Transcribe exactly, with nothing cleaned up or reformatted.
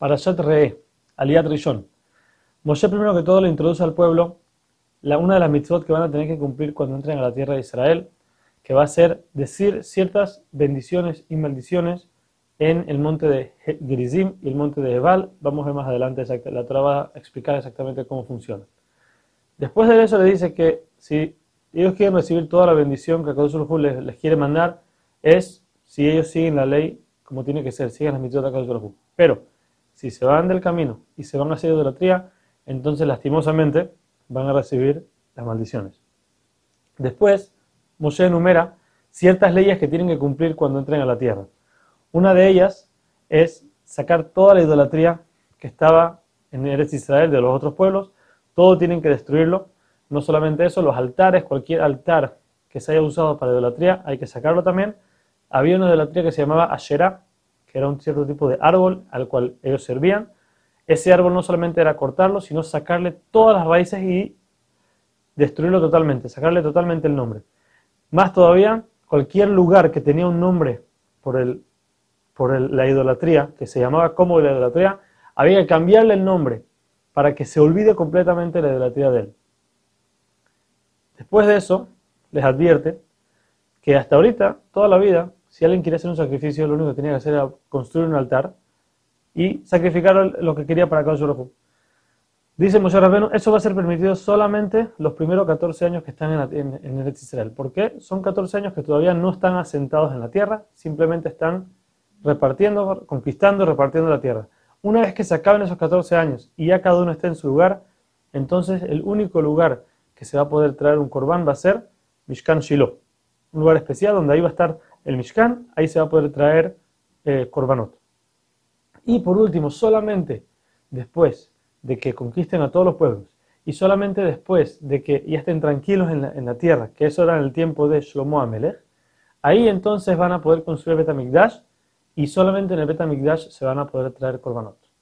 Parashat Re'eh, Aliyat Rishon. Moshe primero que todo le introduce al pueblo la, una de las mitzvot que van a tener que cumplir cuando entren a la tierra de Israel, que va a ser decir ciertas bendiciones y maldiciones en el monte de Gerizim y el monte de Ebal. Vamos a ver más adelante, la Torah va a explicar exactamente cómo funciona. Después de eso le dice que si ellos quieren recibir toda la bendición que Akadosh Baruj Hu les, les quiere mandar, es si ellos siguen la ley como tiene que ser, siguen las mitzvot de Akadosh Baruj Hu. Pero si se van del camino y se van a hacer idolatría, entonces lastimosamente van a recibir las maldiciones. Después, Moshe enumera ciertas leyes que tienen que cumplir cuando entren a la tierra. Una de ellas es sacar toda la idolatría que estaba en Eretz Israel de los otros pueblos. Todo tienen que destruirlo. No solamente eso, los altares, cualquier altar que se haya usado para idolatría, hay que sacarlo también. Había una idolatría que se llamaba Asherah, que era un cierto tipo de árbol al cual ellos servían. Ese árbol no solamente era cortarlo, sino sacarle todas las raíces y destruirlo totalmente, sacarle totalmente el nombre. Más todavía, cualquier lugar que tenía un nombre por, el, por el, la idolatría, que se llamaba como la idolatría, había que cambiarle el nombre para que se olvide completamente la idolatría de él. Después de eso, les advierte que hasta ahorita, toda la vida, si alguien quiere hacer un sacrificio, lo único que tenía que hacer era construir un altar y sacrificar lo que quería para Akadosh Baruj Hu. Dice Moshe Rabbeinu, eso va a ser permitido solamente los primeros catorce años que están en, la, en, en Eretz Israel. ¿Por qué? Son catorce años que todavía no están asentados en la tierra, simplemente están repartiendo, conquistando, repartiendo la tierra. Una vez que se acaben esos catorce años y ya cada uno esté en su lugar, entonces el único lugar que se va a poder traer un corbán va a ser Mishkan Shiloh, un lugar especial donde ahí va a estar el Mishkan, ahí se va a poder traer eh, korbanot. Y por último, solamente después de que conquisten a todos los pueblos y solamente después de que ya estén tranquilos en la, en la tierra, que eso era en el tiempo de Shlomo HaMelech, ahí entonces van a poder construir el Bet HaMikdash y solamente en el Bet HaMikdash se van a poder traer korbanot.